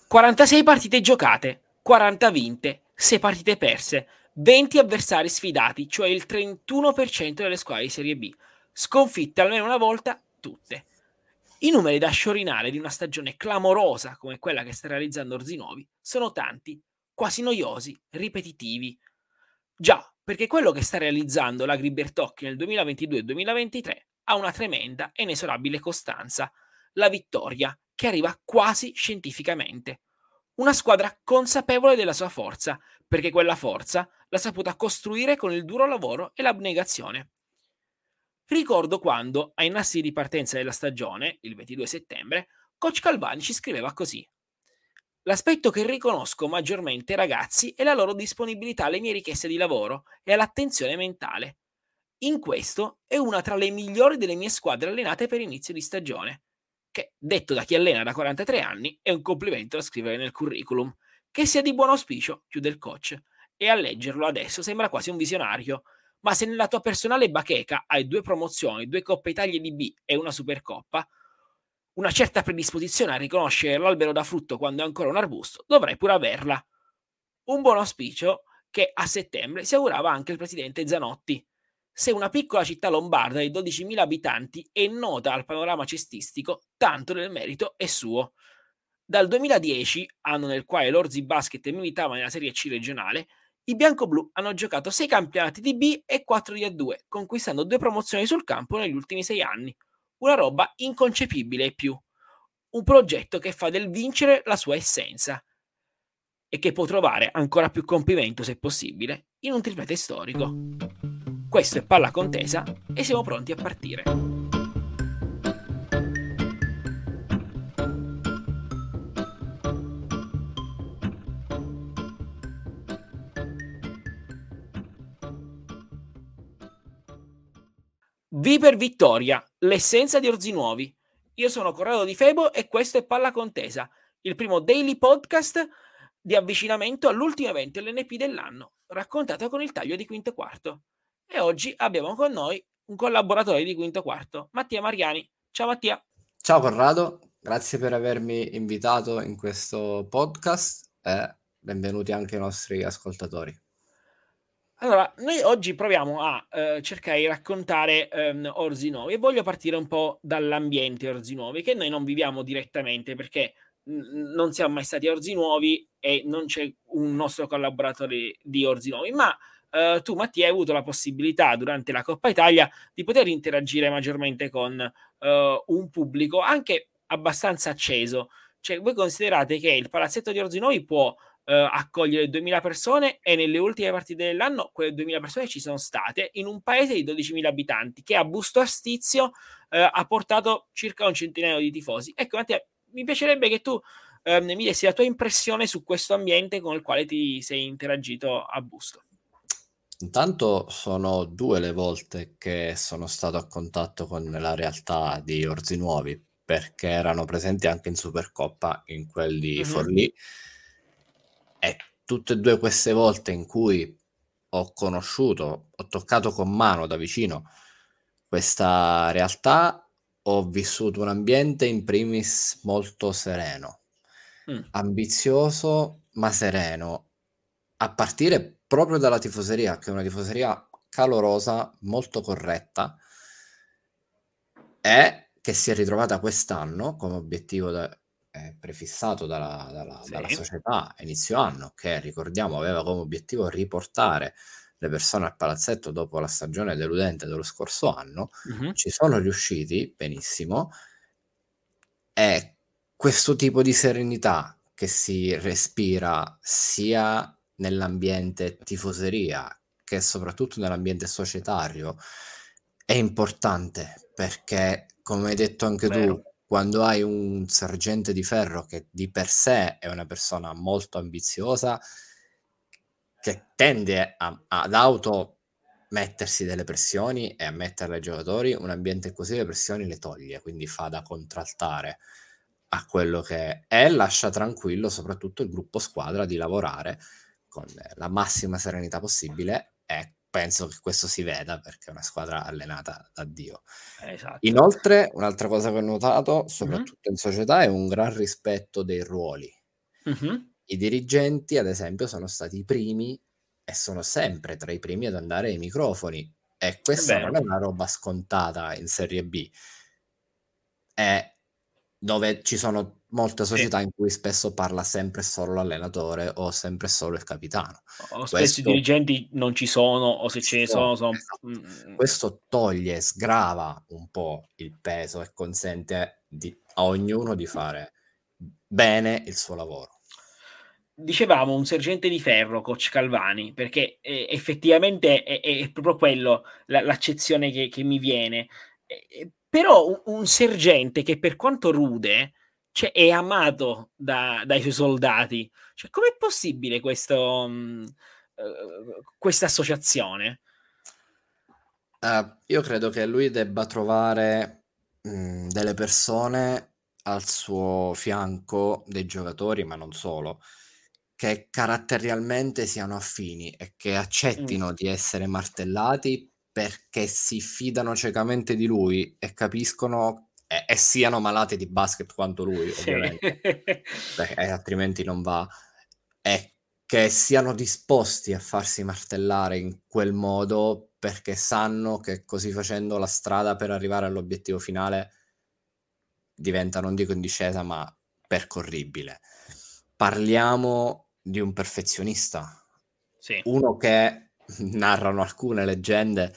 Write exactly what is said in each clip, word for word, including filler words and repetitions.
quarantasei partite giocate, quaranta vinte, sei partite perse, venti avversari sfidati, cioè il trentuno per cento delle squadre di Serie B, sconfitte almeno una volta tutte. I numeri da sciorinare di una stagione clamorosa come quella che sta realizzando Orzinuovi sono tanti, quasi noiosi, ripetitivi. Già, perché quello che sta realizzando l'Agri Bertocchi nel duemilaventidue duemilaventitré ha una tremenda e inesorabile costanza, la vittoria, che arriva quasi scientificamente. Una squadra consapevole della sua forza, perché quella forza l'ha saputa costruire con il duro lavoro e l'abnegazione. Ricordo quando, ai nastri di partenza della stagione, il ventidue settembre, coach Calvani ci scriveva così: l'aspetto che riconosco maggiormente ai ragazzi è la loro disponibilità alle mie richieste di lavoro e all'attenzione mentale. In questo è una tra le migliori delle mie squadre allenate per inizio di stagione, che, detto da chi allena da quarantatré anni, è un complimento da scrivere nel curriculum. Che sia di buon auspicio, chiude il coach, e a leggerlo adesso sembra quasi un visionario. Ma se nella tua personale bacheca hai due promozioni, due Coppe Italia di B e una Supercoppa, una certa predisposizione a riconoscere l'albero da frutto quando è ancora un arbusto, dovrai pure averla. Un buon auspicio che a settembre si augurava anche il presidente Zanotti. Se una piccola città lombarda di dodicimila abitanti è nota al panorama cestistico, tanto del merito è suo. Dal duemiladieci, anno nel quale l'Orzi Basket militava nella Serie C regionale, i biancoblù hanno giocato sei campionati di B e quattro di A due, conquistando due promozioni sul campo negli ultimi sei anni. Una roba inconcepibile e più. Un progetto che fa del vincere la sua essenza e che può trovare ancora più compimento, se possibile, in un triplete storico. Questo è Palla Contesa e siamo pronti a partire. V per Vittoria, l'essenza di Orzinuovi. Io sono Corrado Di Febo e questo è Palla Contesa, il primo daily podcast di avvicinamento all'ultimo evento L N P dell'anno, raccontato con il taglio di Quinto Quarto. E oggi abbiamo con noi un collaboratore di Quinto Quarto, Mattia Mariani. Ciao Mattia. Ciao Corrado, grazie per avermi invitato in questo podcast e benvenuti anche ai nostri ascoltatori. Allora, noi oggi proviamo a eh, cercare di raccontare ehm, Orzinuovi e voglio partire un po' dall'ambiente Orzinuovi, che noi non viviamo direttamente perché n- non siamo mai stati a Orzinuovi e non c'è un nostro collaboratore di Orzinuovi, ma eh, tu Mattia hai avuto la possibilità durante la Coppa Italia di poter interagire maggiormente con eh, un pubblico anche abbastanza acceso. Cioè, voi considerate che il palazzetto di Orzinuovi può Uh, accogliere duemila persone e nelle ultime partite dell'anno quelle duemila persone ci sono state in un paese di dodicimila abitanti che a Busto Arsizio uh, ha portato circa un centinaio di tifosi. Ecco, Mattia, mi piacerebbe che tu um, mi dessi la tua impressione su questo ambiente con il quale ti sei interagito a Busto. Intanto sono due le volte che sono stato a contatto con la realtà di Orzinuovi, perché erano presenti anche in Supercoppa in quel di Mm-hmm. Forlì, e tutte e due queste volte in cui ho conosciuto, ho toccato con mano da vicino questa realtà, ho vissuto un ambiente in primis molto sereno, Mm. ambizioso ma sereno, a partire proprio dalla tifoseria, che è una tifoseria calorosa, molto corretta e che si è ritrovata quest'anno come obiettivo da, eh, prefissato dalla, dalla, Sì. dalla società a inizio anno, che ricordiamo aveva come obiettivo riportare le persone al palazzetto dopo la stagione deludente dello scorso anno. Mm-hmm. Ci sono riusciti benissimo e questo tipo di serenità che si respira sia nell'ambiente tifoseria che soprattutto nell'ambiente societario è importante, perché come hai detto anche Vero. tu, quando hai un sergente di ferro che di per sé è una persona molto ambiziosa, che tende a, ad auto mettersi delle pressioni e a metterle ai giocatori, un ambiente così le pressioni le toglie, quindi fa da contraltare a quello che è, lascia tranquillo soprattutto il gruppo squadra di lavorare con la massima serenità possibile, e penso che questo si veda perché è una squadra allenata da Dio. Esatto. Inoltre, un'altra cosa che ho notato, Mm-hmm. soprattutto in società, è un gran rispetto dei ruoli. Mh-mh. I dirigenti, ad esempio, sono stati i primi e sono sempre tra i primi ad andare ai microfoni, e È questa non vero. è una roba scontata in Serie B. È dove ci sono molte Sì. società in cui spesso parla sempre e solo l'allenatore o sempre e solo il capitano. O spesso i Questo dirigenti non ci sono, o se ce ne questo sono son esatto. mh-mh. Questo toglie, sgrava un po' il peso e consente di a ognuno di fare bene il suo lavoro. Dicevamo un sergente di ferro, coach Calvani, perché, ehm, effettivamente è è è proprio quello la l'accezione che che mi viene. E e però u un sergente che, per quanto rude, cioè è amato da dai suoi soldati. Cioè, com'è possibile questo mhmm, uhm, questa associazione? Ehm, io credo che lui debba trovare, mhmm, delle persone al suo fianco, dei giocatori, ma non solo, che caratterialmente siano affini e che Mh. accettino di essere martellati perché si fidano ciecamente di lui e capiscono e e siano malati di basket quanto lui, Sì. ovviamente, beh, eh, altrimenti non va, e che siano disposti a farsi martellare in quel modo perché sanno che così facendo la strada per arrivare all'obiettivo finale diventa, non dico in discesa, ma percorribile. Parliamo di un perfezionista, Sì. uno che, narrano alcune leggende,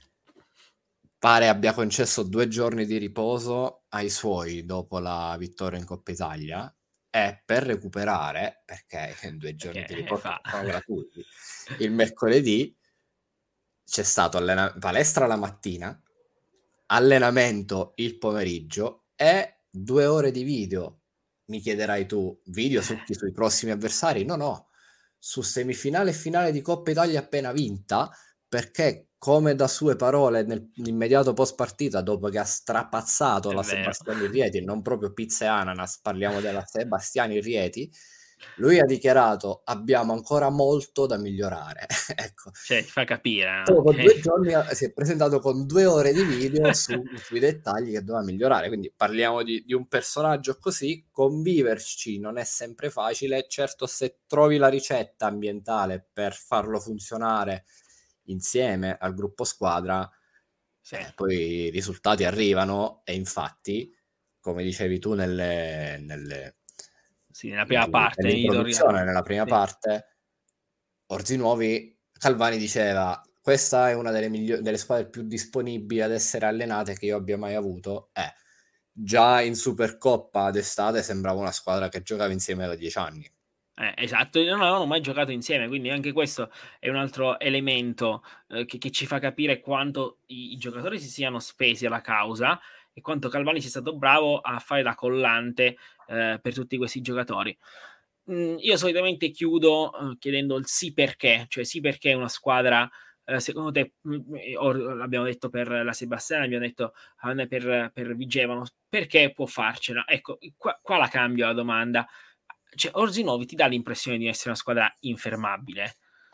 pare abbia concesso due giorni di riposo ai suoi dopo la vittoria in Coppa Italia, e per recuperare, perché due giorni Perché, di eh, riposo fa non sono gratuiti, il mercoledì c'è stato allena palestra la mattina, allenamento il pomeriggio e due ore di video. Mi chiederai tu: video su chi? Sui prossimi avversari? No, no, su semifinale e finale di Coppa Italia appena vinta, perché, come da sue parole nel n'immediato post partita, dopo che ha strapazzato È la vero. Sebastiani Rieti, non proprio pizza e ananas, parliamo della Sebastiani Rieti, lui ha dichiarato: "Abbiamo ancora molto da migliorare." Ecco. Cioè, ti fa capire, no, Dopo che due giorni ha si è presentato con due ore di video su sui dettagli che doveva migliorare. Quindi parliamo di di un personaggio così, conviverci non è sempre facile. Certo, se trovi la ricetta ambientale per farlo funzionare insieme al gruppo squadra, sì. eh, poi i risultati arrivano, e infatti, come dicevi tu nelle nelle Sì, nella prima nel parte, nell'introduzione, editoriale. nella prima Sì. parte, Orzinuovi Calvani diceva: "Questa è una delle miglio delle squadre più disponibili ad essere allenate che io abbia mai avuto." Eh, già in Supercoppa d'estate sembrava una squadra che giocava insieme da dieci anni. Eh, esatto, e non avevano mai giocato insieme, quindi anche questo è un altro elemento, uhm, che che ci fa capire quanto i i giocatori si siano spesi alla causa e quanto Calvani sia stato bravo a fare da collante, ehm, per tutti questi giocatori. Mhmm, io solitamente chiudo, uhm, chiedendo il sì perché, cioè sì perché una squadra, ehm, secondo te, mhmm, ehm, or l'abbiamo detto per la Sebastiana, abbiamo detto anche per per Vigevano, perché può farcela? Ecco, i qua qua la cambio la domanda. Cioè, Orzinuovi ti dà l'impressione di essere una squadra infermabile?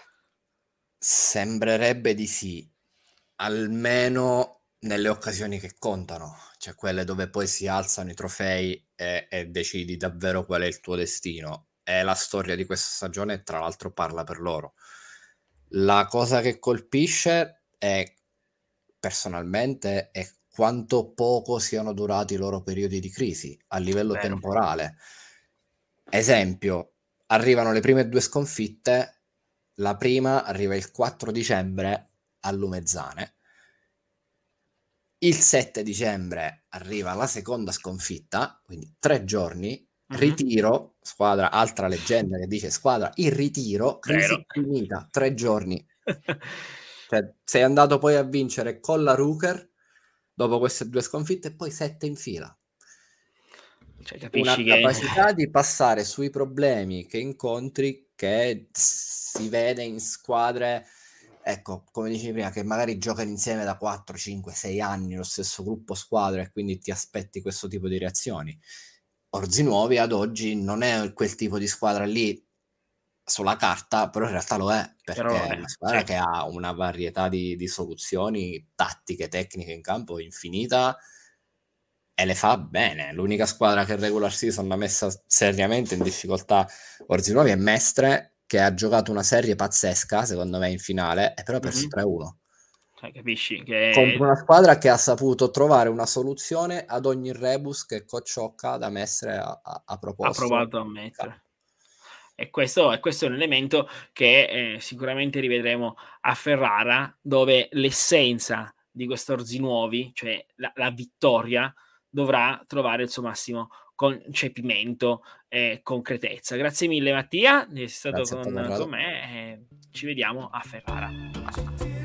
Sembrerebbe di sì, almeno nelle occasioni che contano, cioè quelle dove poi si alzano i trofei e e decidi davvero qual è il tuo destino. E la storia di questa stagione, tra l'altro, parla per loro. La cosa che colpisce è, personalmente, è quanto poco siano durati i loro periodi di crisi a livello Vero. temporale. Esempio: arrivano le prime due sconfitte, la prima arriva il quattro dicembre a Lumezzane. Il sette dicembre arriva la seconda sconfitta, quindi tre giorni, Mh-mh. ritiro, squadra altra leggenda che dice: "Squadra in ritiro, Vero. crisi finita, tre giorni." Cioè, sei andato poi a vincere con la Ruker, dopo queste due sconfitte, e poi sette in fila. Cioè, Una capisci che capacità di passare sui problemi che incontri che si vede in squadre, ecco, come dicevi prima, che magari giocano insieme da quattro, cinque, sei anni, lo stesso gruppo squadra, e quindi ti aspetti questo tipo di reazioni. Orzinuovi ad oggi non è quel tipo di squadra lì sulla carta, però in realtà lo è, però perché lo è è, una squadra sì. che ha una varietà di di soluzioni tattiche, tecniche in campo infinita, e le fa bene. L'unica squadra che regular season ha messa seriamente in difficoltà Orzi Nuovi è Mestre, che ha giocato una serie pazzesca secondo me in finale, e però ha perso mm-hmm. tre a uno. Cioè, capisci che contro una squadra che ha saputo trovare una soluzione ad ogni rebus che Coach Occa da Mestre ha, ha, ha proposto. Ha provato a mettere. E questo, e questo è un elemento che eh, sicuramente rivedremo a Ferrara, dove l'essenza di quest'Orzi Nuovi, cioè la, la vittoria, dovrà trovare il suo massimo concepimento e concretezza. Grazie mille Mattia di essere stato con, con me e ci vediamo a Ferrara.